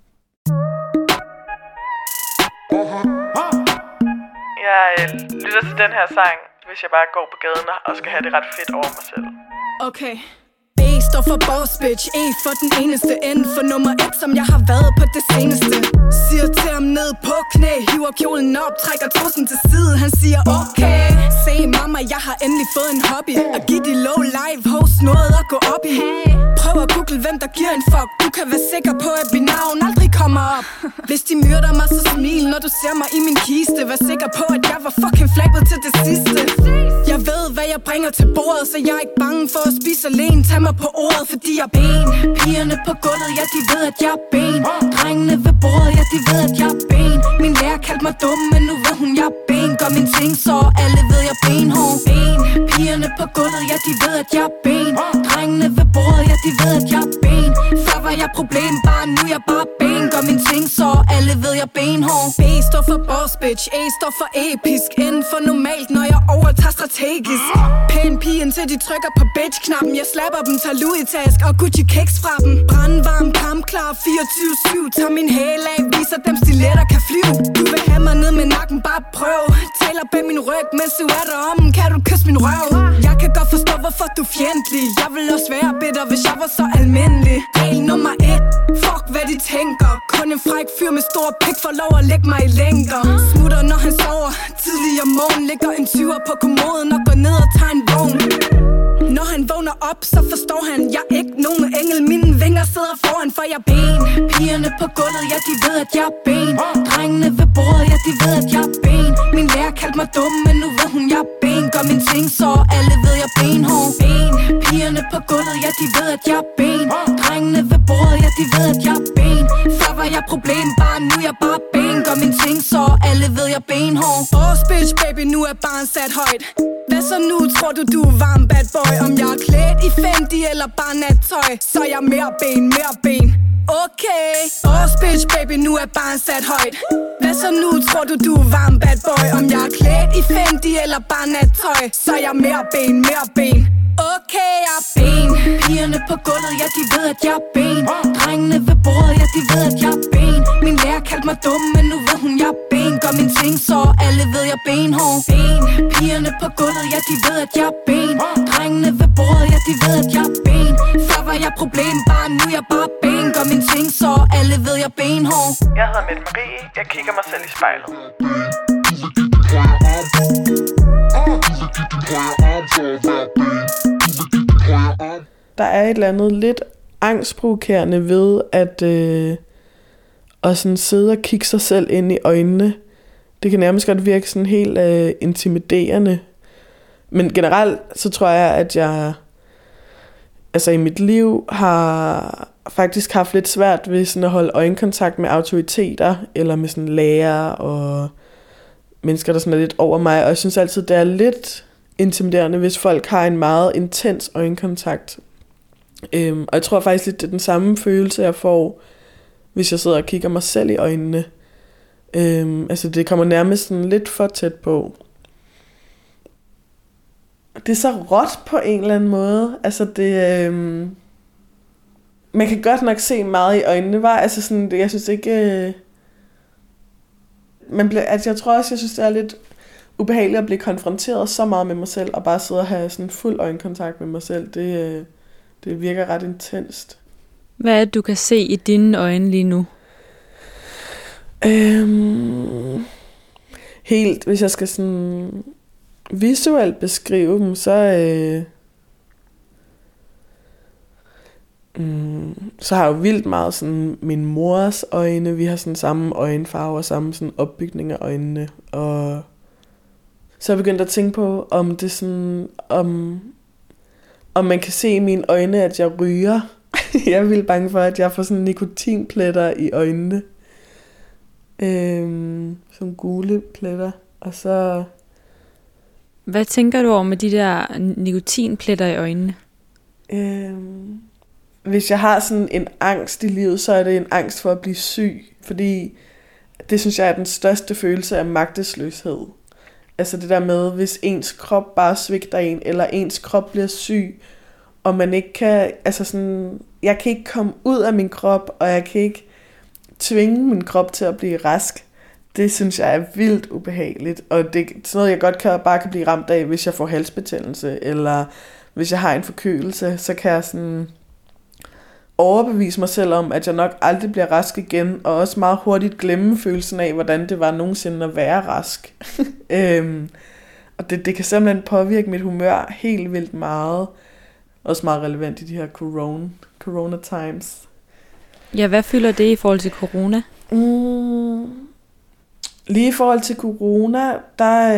Jeg lytter til den her sang, hvis jeg bare går på gaden og skal have det ret fedt over mig selv. Okay. B står for boss bitch, E for den eneste, N for nummer 1, som jeg har været på det seneste. Siger til ham ned på knæ, hiver kjolen op, trækker trussen til side, han siger okay. Se mamma, jeg har endelig fået en hobby, at give de low live hoes noget at gå op i. Prøv at google, hvem der giver en fuck, du kan være sikker på, at mit navn aldrig kommer op. Hvis de myrder mig, så smil, når du ser mig i min kiste. Vær sikker på, at jeg var fucking flabet til det sidste. Jeg ved, hvad jeg bringer til bordet, så jeg er ikke bange for at spise alene. Tag mig på ordet, fordi jeg er ben. Pigerne på gulvet, ja, de ved, at jeg er ben. Drengene ved bordet, ja, de ved, at jeg er ben. Min lærer kaldte mig dum, men nu ved hun, jeg er ben. Gør min ting, så alle ved, jeg er benhård. Ben. Pigerne på gulvet, ja, de ved, at jeg er ben. Drengene ved bordet, ja, de ved, at jeg er ben. Før var jeg problem, bare nu er jeg bare ben. Gør min ting, så alle ved, jeg er benhård. B står for boss bitch, A står for episk, N for normalt, når jeg overtager strategisk. Pæn pigen til de trykker på bitch-knappen. Jeg slapper dem, tager Louis-task og Gucci-kicks fra dem. Brandvarm, kampklar, 24/7. Tager min hæle af, viser dem stiletter kan flyve. Du vil have mig ned med nakken, bare prøv. Taler bag min ryg, mens du er derom. Kan du kysse min røv? Jeg kan godt forstå, hvorfor du er fjendtlig. Jeg vil også være bitter, hvis jeg var så almindelig. Regel nummer 1, fuck hvad de tænker. Kun en fræk fyr med stor pik får lov at lægge mig i længder. Smutter når han sover, tidlig om morgen. Lægger en 20'er på kommoden og går ned og tager en vogn. Når han vågner op, så forstår han, jeg er ikke nogen engel. Mine vinger sidder foran, for jeg er ben. Pigerne på gulvet, ja, de ved, at jeg er ben. Drengene ved bordet, ja, de ved, at jeg er ben. Min lærer kaldte mig dum, men nu ved hun, jeg er ben. Gør min ting, så alle ved, jeg er benhård. Ben. Pigerne på gulvet, ja, de ved, at jeg er ben. Drengene ved bordet, ja, de ved, at jeg er ben. Før var jeg problem, bare nu jeg bare ben. Gør min ting, så alle ved, jeg er benhård. Boss bitch, baby, nu er barn sat højt. Hvad så nu, tror du er varm bad boy? Om jeg er klædt i Fendi eller bare nattøj, så er jeg mere ben. Okay, boss bitch, baby, nu er barn sat højt. Hvad så nu, tror du er varm bad boy? Om jeg er klædt i Fendi eller bare nattøj, så er jeg mere ben. Okay, jeg er ben. Pigerne på gulvet, ja, de ved, at jeg er ben. Drengene ved bordet, ja, de ved, at jeg er ben. Min lærer kaldte mig dum, men nu ved hun, jeg er ben. Gør min ting, så alle ved, jeg er benhård. Ben. Pigerne på gulvet, ja, de ved, at jeg er ben. Drengene ved bordet, ja, de ved, at jeg er ben. Før var jeg problem, bare nu jeg bare ben. Gør min ting, så alle ved, jeg er benhård. Jeg hedder Mette Marie, jeg kigger mig selv i spejlet. Der er et eller andet lidt angstprovokerende ved at sådan sidde og kigge sig selv ind i øjnene. Det kan nærmest godt virke sådan helt intimiderende. Men generelt så tror jeg, at jeg i mit liv har faktisk haft lidt svært ved sådan at holde øjenkontakt med autoriteter eller med sådan lærere og mennesker, der sådan er lidt over mig. Og jeg synes altid, det er lidt intimiderende, hvis folk har en meget intens øjenkontakt. Og jeg tror faktisk lidt, det er den samme følelse, jeg får, hvis jeg sidder og kigger mig selv i øjnene. Det kommer nærmest sådan lidt for tæt på. Det er så råt på en eller anden måde. Man kan godt nok se meget i øjnene. Jeg synes ikke... jeg tror også, jeg synes, det er lidt ubehageligt at blive konfronteret så meget med mig selv, og bare sidde og have sådan fuld øjenkontakt med mig selv. Det virker ret intenst. Hvad er det, du kan se i dine øjne lige nu? Helt, hvis jeg skal sådan visuelt beskrive dem, så har jeg jo vildt meget sådan min mors øjne. Vi har sådan samme øjenfarve og samme sådan opbygning af øjnene. Og så er jeg begyndt at tænke på, om det sådan, om man kan se i mine øjne, at jeg ryger. Jeg er vildt bange for, at jeg får sådan nikotinpletter i øjnene. Sådan gule pletter. Og så... Hvad tænker du over med de der nikotinpletter i øjnene? Hvis jeg har sådan en angst i livet, så er det en angst for at blive syg. Fordi det synes jeg er den største følelse af magtesløshed. Altså det der med, hvis ens krop bare svigter en, eller ens krop bliver syg, og man ikke kan, jeg kan ikke komme ud af min krop, og jeg kan ikke tvinge min krop til at blive rask. Det synes jeg er vildt ubehageligt, og det er sådan noget, jeg godt bare kan blive ramt af, hvis jeg får halsbetændelse, eller hvis jeg har en forkølelse, så kan jeg sådan overbevise mig selv om, at jeg nok aldrig bliver rask igen, og også meget hurtigt glemme følelsen af, hvordan det var nogensinde at være rask. Og det kan simpelthen påvirke mit humør helt vildt meget. Også meget relevant i de her corona times. Ja, hvad fylder det i forhold til corona? Lige i forhold til corona, der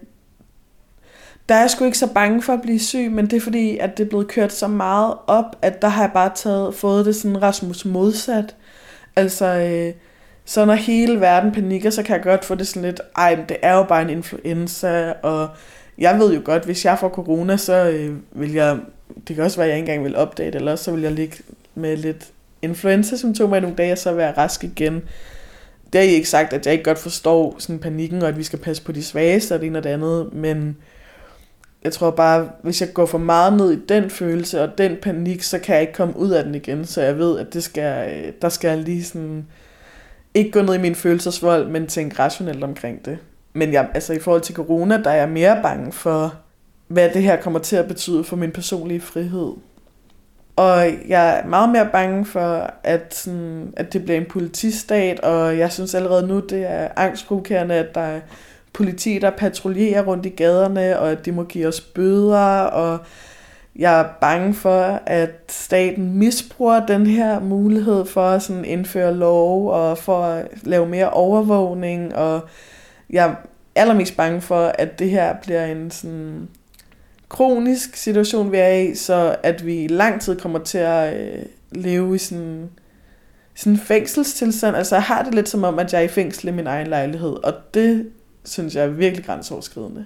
er jeg sgu ikke så bange for at blive syg, men det er fordi, at det er blevet kørt så meget op, at der har jeg bare fået det sådan Rasmus modsat. Så når hele verden panikker, så kan jeg godt få det sådan lidt, det er jo bare en influenza, og jeg ved jo godt, hvis jeg får corona, så vil jeg, det kan også være, at jeg ikke engang vil opdage det, eller så vil jeg ligge med lidt influenza-symptomer i nogle dage, og så være rask igen. Det er ikke sagt, at jeg ikke godt forstår sådan panikken, og at vi skal passe på de svageste og det ene og det andet, men jeg tror bare, hvis jeg går for meget ned i den følelse og den panik, så kan jeg ikke komme ud af den igen, så jeg ved, at der skal jeg lige sådan, ikke gå ned i min følelsesvold, men tænke rationelt omkring det. Men i forhold til corona, der er jeg mere bange for, hvad det her kommer til at betyde for min personlige frihed. Og jeg er meget mere bange for, at det bliver en politistat, og jeg synes allerede nu, det er angstprovokerende, at der er politi, der patruljerer rundt i gaderne, og at de må give os bøder, og Jeg er bange for, at staten misbruger den her mulighed for at sådan indføre lov og for at lave mere overvågning. Og jeg er allermest bange for, at det her bliver en sådan kronisk situation, vi er i, så at vi i lang tid kommer til at leve i sådan en fængselstilstand. Altså jeg har det lidt som om, at jeg er i fængsel i min egen lejlighed, og det synes jeg er virkelig grænseoverskridende.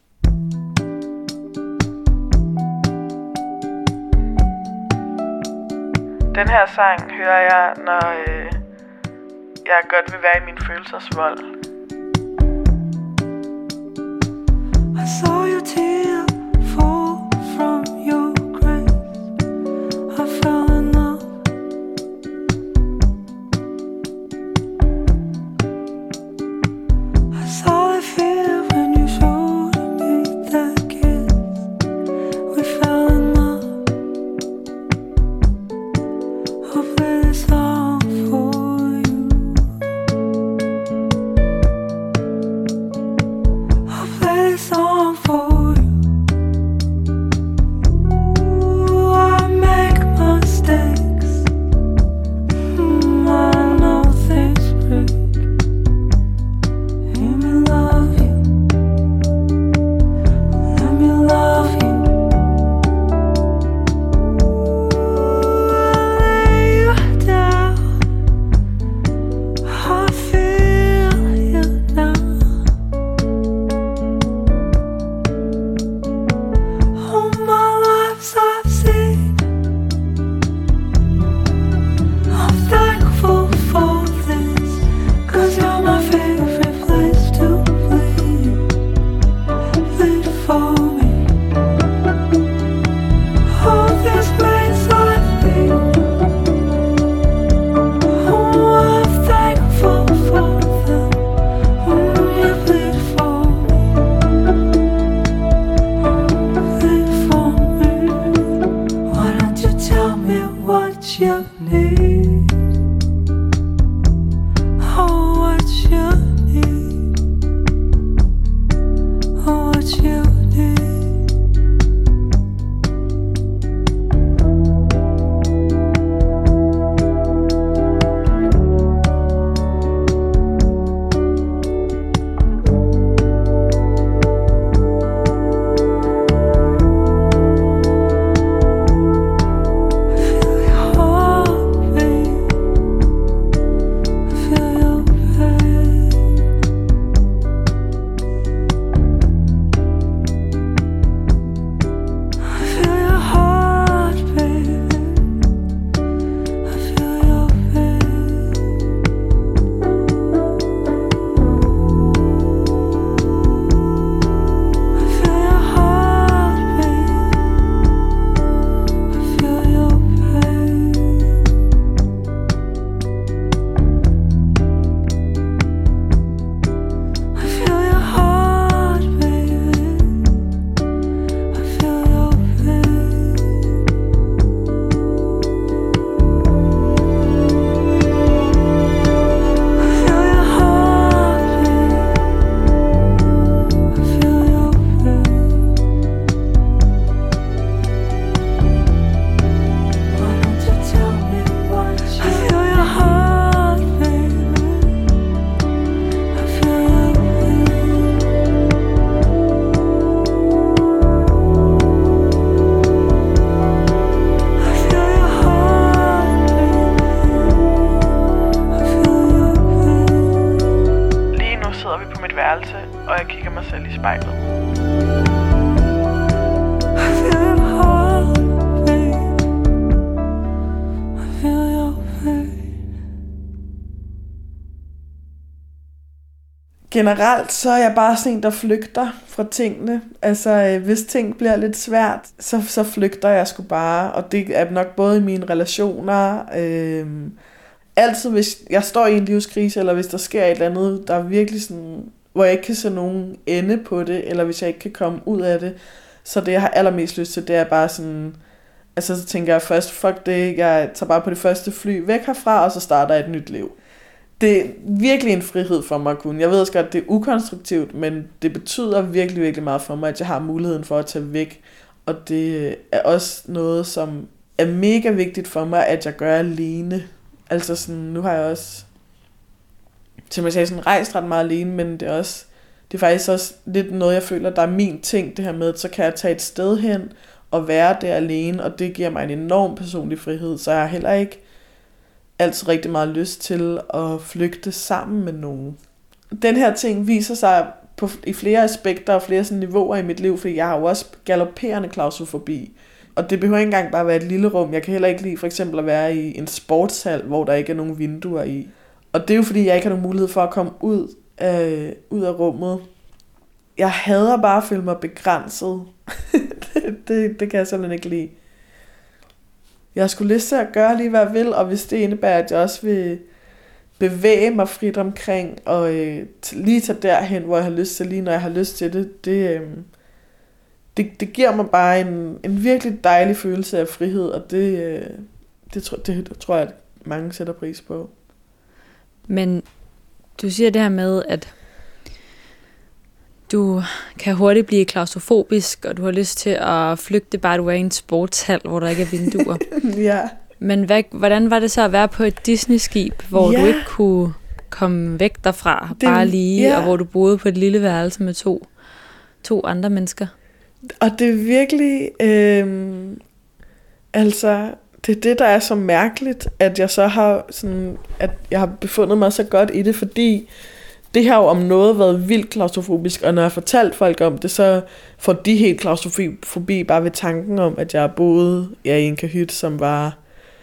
Den her sang hører jeg, når jeg godt vil være i min følelsesvold. I saw your tear fall from your grace. I fell in love. I saw the fear when you showed me that kiss. We fell in love. I'll play this song for you. I'll play this song for you. Ooh, I make mistakes. I know things break. Let me love you. Let me love you. Ooh, I lay you down. I feel you now. All my life I've seen. I'm thankful for this, 'cause you're my favorite place to bleed. Bleed for me. All these ways I've been. Oh, I'm thankful for them. You bleed for me. Bleed for me. Why don't you tell me what you need? Oh, what you need. Oh, what you need. Feel your heartbeat. Feel your pain. I feel your heart, baby. I feel your pain. I feel your heart, baby. I feel your pain. I feel your heart, baby. I feel your pain. I feel your heart, baby. I feel your pain. Why don't you tell me what you I feel your heart, baby. I feel your pain. I feel your heart, baby. I feel your pain. Lige nu sidder vi på mit værelse, og jeg kigger mig selv i spejlet. I feel your heart, baby. I feel your pain. Generelt så er jeg bare sådan en, der flygter fra tingene. Altså, hvis ting bliver lidt svært, så flygter jeg sgu bare. Og det er nok både i mine relationer. Altid, hvis jeg står i en livskrise, eller hvis der sker et eller andet, der er virkelig sådan, hvor jeg ikke kan se nogen ende på det, eller hvis jeg ikke kan komme ud af det. Så det, jeg har allermest lyst til, det er bare sådan... Altså, så tænker jeg først, fuck det, jeg tager bare på det første fly væk herfra, og så starter jeg et nyt liv. Det er virkelig en frihed for mig at kunne. Jeg ved også godt, det er ukonstruktivt, men det betyder virkelig, virkelig meget for mig, at jeg har muligheden for at tage væk Og det er også noget, som er mega vigtigt for mig, at jeg gør alene. Altså sådan, nu har jeg også, som jeg sagde, sådan rejst ret meget alene, men det er faktisk også lidt noget, jeg føler, der er min ting, det her med, så kan jeg tage et sted hen og være der alene, og det giver mig en enorm personlig frihed, så jeg har heller ikke altid rigtig meget lyst til at flygte sammen med nogen. Den her ting viser sig i flere aspekter og flere sådan niveauer i mit liv, fordi jeg har jo også galopperende klaustrofobi. Og det behøver ikke engang bare være et lille rum. Jeg kan heller ikke lide for eksempel at være i en sportshal, hvor der ikke er nogen vinduer i. Og det er jo fordi, jeg ikke har nogen mulighed for at komme ud af rummet. Jeg hader bare at føle mig begrænset. det kan jeg simpelthen ikke lide. Jeg har sgu lyst til at gøre lige, hvad jeg vil, og hvis det indebærer, at jeg også vil bevæge mig frit omkring, og lige tage derhen, hvor jeg har lyst til, lige når jeg har lyst til det giver mig bare en virkelig dejlig følelse af frihed, og det tror jeg, at mange sætter pris på. Men du siger det her med, at du kan hurtigt blive klaustrofobisk, og du har lyst til at flygte, bare du er i en sportshal, hvor der ikke er vinduer. Ja. Men hvordan var det så at være på et Disney-skib, hvor du ikke kunne komme væk derfra, bare lige, og hvor du boede på et lille værelse med to andre mennesker? Og det er virkelig, altså, det er det, der er så mærkeligt, at jeg så har sådan, at jeg har befundet mig så godt i det, fordi det har jo om noget været vildt klaustrofobisk, og når jeg har fortalt folk om det, så får de helt klaustrofobi bare ved tanken om, at jeg har boet i en kahyt, som var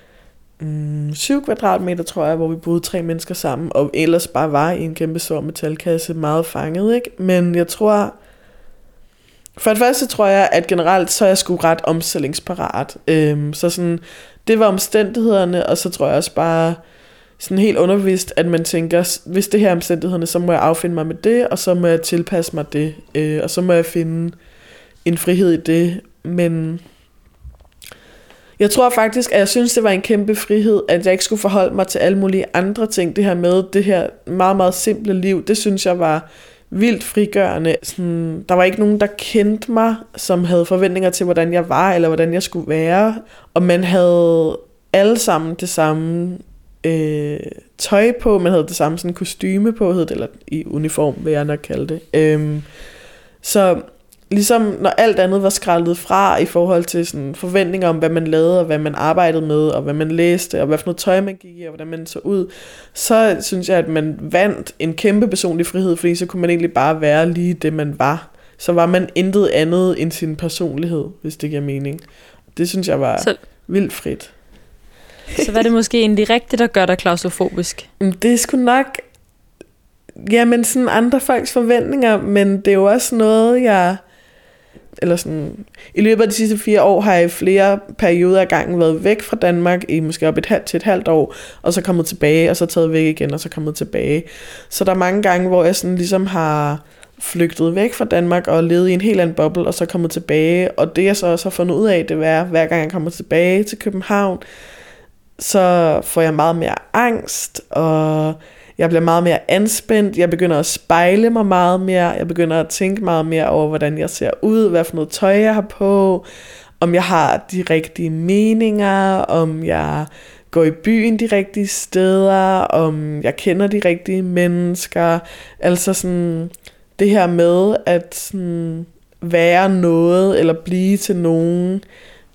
7 kvadratmeter, tror jeg, hvor vi boede 3 mennesker sammen, og ellers bare var i en kæmpe stor metalkasse, meget fanget, ikke? Men jeg tror, for det første tror jeg, at generelt så er jeg sgu ret omstillingsparat. Så sådan, det var omstændighederne, og så tror jeg også bare sådan helt underbevidst, at man tænker, hvis det her er omstændighederne, så må jeg affinde mig med det, og så må jeg tilpasse mig det, og så må jeg finde en frihed i det. Men jeg tror faktisk, at jeg synes, det var en kæmpe frihed, at jeg ikke skulle forholde mig til alle mulige andre ting. Det her med det her meget, meget simple liv, det synes jeg var vildt frigørende. Sådan, der var ikke nogen, der kendte mig, som havde forventninger til, hvordan jeg var, eller hvordan jeg skulle være. Og man havde alle sammen det samme tøj på, man havde det samme sådan kostyme på, eller i uniform, vil jeg nok kalde det. Så ligesom når alt andet var skrællet fra i forhold til sådan forventninger om, hvad man lavede, og hvad man arbejdede med, og hvad man læste, og hvad for noget tøj man gik i, og hvordan man så ud, så synes jeg, at man vandt en kæmpe personlig frihed, fordi så kunne man egentlig bare være lige det, man var. Så var man intet andet end sin personlighed, hvis det giver mening. Det synes jeg var vildt frit. Så var det måske egentlig rigtigt, der gør dig klaustrofobisk? Det er sgu nok, jamen sådan andre folks forventninger, men det er jo også noget, eller sådan, i løbet af de sidste 4 år har jeg i flere perioder af gangen været væk fra Danmark i måske op til et halvt år, og så kommet tilbage, og så taget væk igen, og så kommet tilbage. Så der er mange gange, hvor jeg sådan ligesom har flygtet væk fra Danmark og levet i en helt anden boble, og så kommet tilbage, og det jeg så også har fundet ud af, det var, hver gang jeg kommer tilbage til København, så får jeg meget mere angst, og jeg bliver meget mere anspændt, jeg begynder at spejle mig meget mere, jeg begynder at tænke meget mere over, hvordan jeg ser ud, hvad for noget tøj jeg har på, om jeg har de rigtige meninger, om jeg går i byen de rigtige steder, om jeg kender de rigtige mennesker, altså sådan det her med at sådan være noget, eller blive til nogen,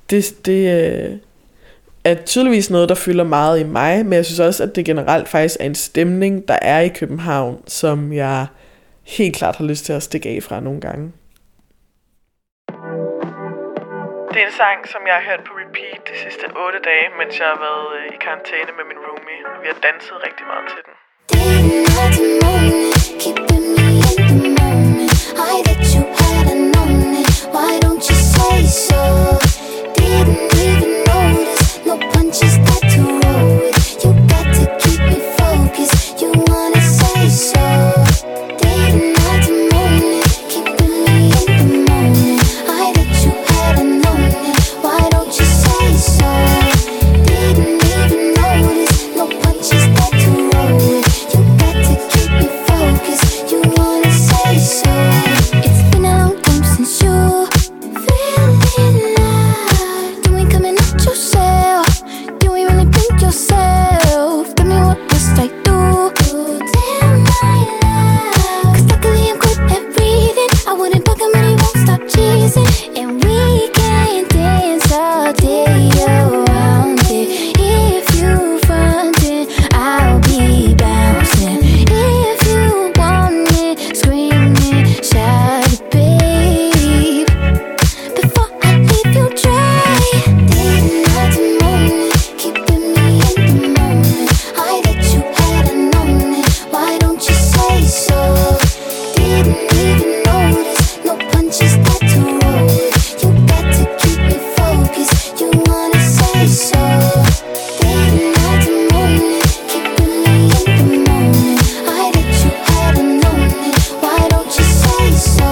det er tydeligvis noget, der fylder meget i mig, men jeg synes også, at det generelt faktisk er en stemning, der er i København, som jeg helt klart har lyst til at stikke af fra nogle gange. Det er en sang, som jeg har hørt på repeat de sidste 8 dage, mens jeg har været i karantæne med min roomie, og vi har danset rigtig meget til den. No punches got to roll with. You got to keep me focused. You wanna say so. Day to night to morning, keeping me in the moment. I that you hadn't known it. Why don't you say so? Didn't even notice. No punches got to roll with. You got to keep me focused. yourself. You ain't really been yourself. Give me what must I do? Damn my love. 'Cause luckily I'm good at reading. I wouldn't bug him and he won't stop cheesing. And we can dance all day around it. If you frontin', I'll be bouncing. If you want it, screaming, shout it, babe. Before I leave you dry, day and night to morning, keeping me in the moment. I that you hadn't known it. Why don't you say so? Didn't even notice. No punches that to roll with. You got to keep me focused. You wanna say so? Day and night to morning, keeping me in the moment. I that you hadn't known it. Why don't you say so?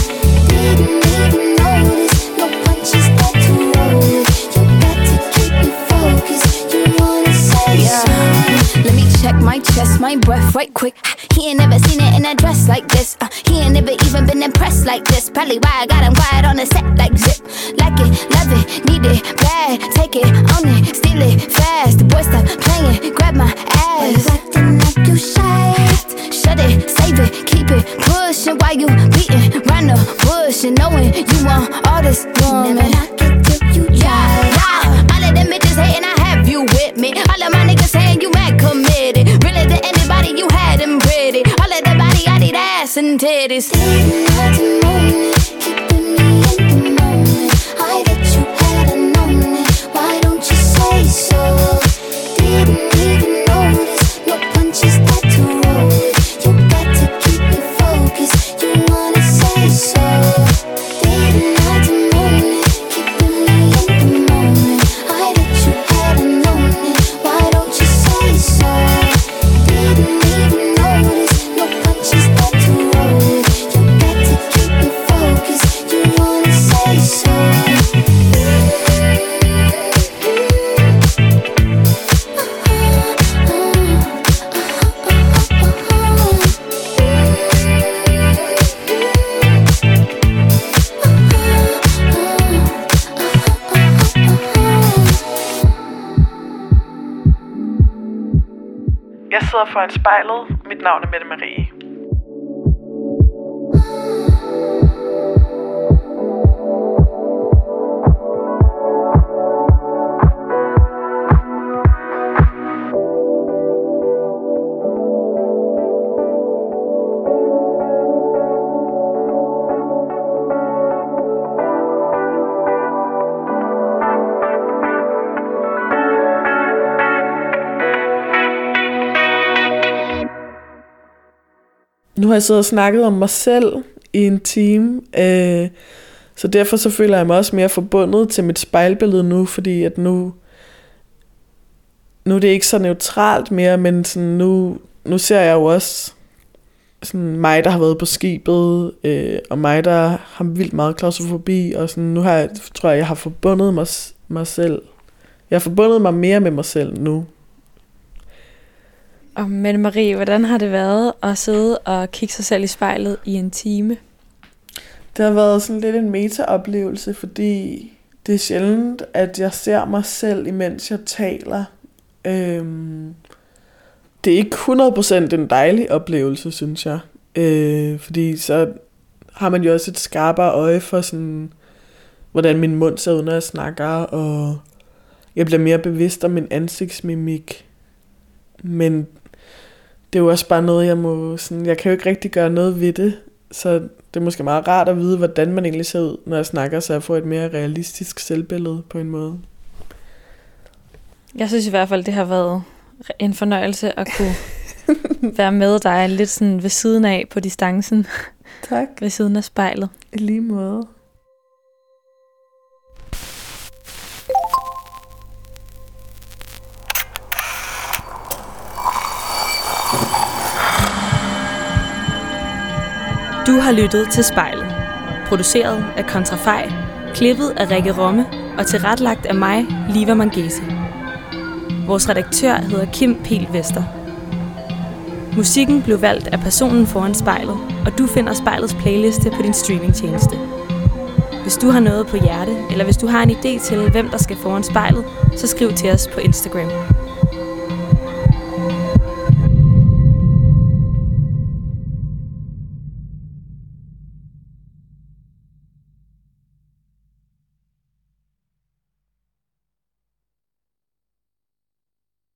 Didn't even notice. No punches that to roll with. You got to keep me focused. You wanna say so? Let me check my chest, my breath right quick. He ain't never seen it in a dress like this. He ain't never even been impressed like this. Probably why I got him quiet on the set like zip. Like it, love it, need it, bad. Take it, own it, steal it, fast. The boy stop playing, grab my ass. Acting like you shy. Shut it, save it, keep it pushing while you beating round the bush and knowing you want all this woman. Never knock it till you try. Yeah, all of them bitches hating, I have you with me. All of my niggas saying you mad committed. Really to anybody you had them pretty. All of the body, I need ass and titties. Day and night to morning, keeping me in the moment. I that you hadn't known it. Why don't you say so? Didn't even notice. No punches that to roll with. You got to keep me focused. You wanna say so? Day and night to morning, keeping me in the moment. I that you hadn't known it. Why don't you say so? Didn't even notice. No punches that to roll with. You got to keep me focused. You wanna say so? Jeg sidder foran spejlet. Mit navn er Mette Marie. Nu har jeg siddet og snakket om mig selv i en time, så derfor så føler jeg mig også mere forbundet til mit spejlbillede nu, fordi at nu er det ikke så neutralt mere, men sådan nu ser jeg jo også sådan mig, der har været på skibet, og mig, der har vildt meget klaustrofobi, og sådan, nu tror jeg har forbundet mig selv. Jeg har forbundet mig mere med mig selv nu. Og Mette Marie, hvordan har det været at sidde og kigge sig selv i spejlet i en time? Det har været sådan lidt en meta-oplevelse, fordi det er sjældent, at jeg ser mig selv, imens jeg taler. Det er ikke 100% en dejlig oplevelse, synes jeg. Fordi så har man jo også et skarpere øje for, sådan, hvordan min mund ser ud, når jeg snakker, og jeg bliver mere bevidst om min ansigtsmimik. Men det er jo også bare noget, jeg kan jo ikke rigtig gøre noget ved det, så det er måske meget rart at vide, hvordan man egentlig ser ud, når jeg snakker, så jeg får et mere realistisk selvbillede på en måde. Jeg synes i hvert fald, det har været en fornøjelse at kunne være med dig lidt sådan ved siden af på distancen. Tak. Ved siden af spejlet. I lige måde. Du har lyttet til Spejlet. Produceret af Kontrafej, klippet af Rikke Romme og tilrettelagt af mig, Liva Mangesi. Vores redaktør hedder Kim Pihl Vester. Musikken blev valgt af personen foran spejlet, og du finder spejlets playliste på din streamingtjeneste. Hvis du har noget på hjerte, eller hvis du har en idé til, hvem der skal foran spejlet, så skriv til os på Instagram.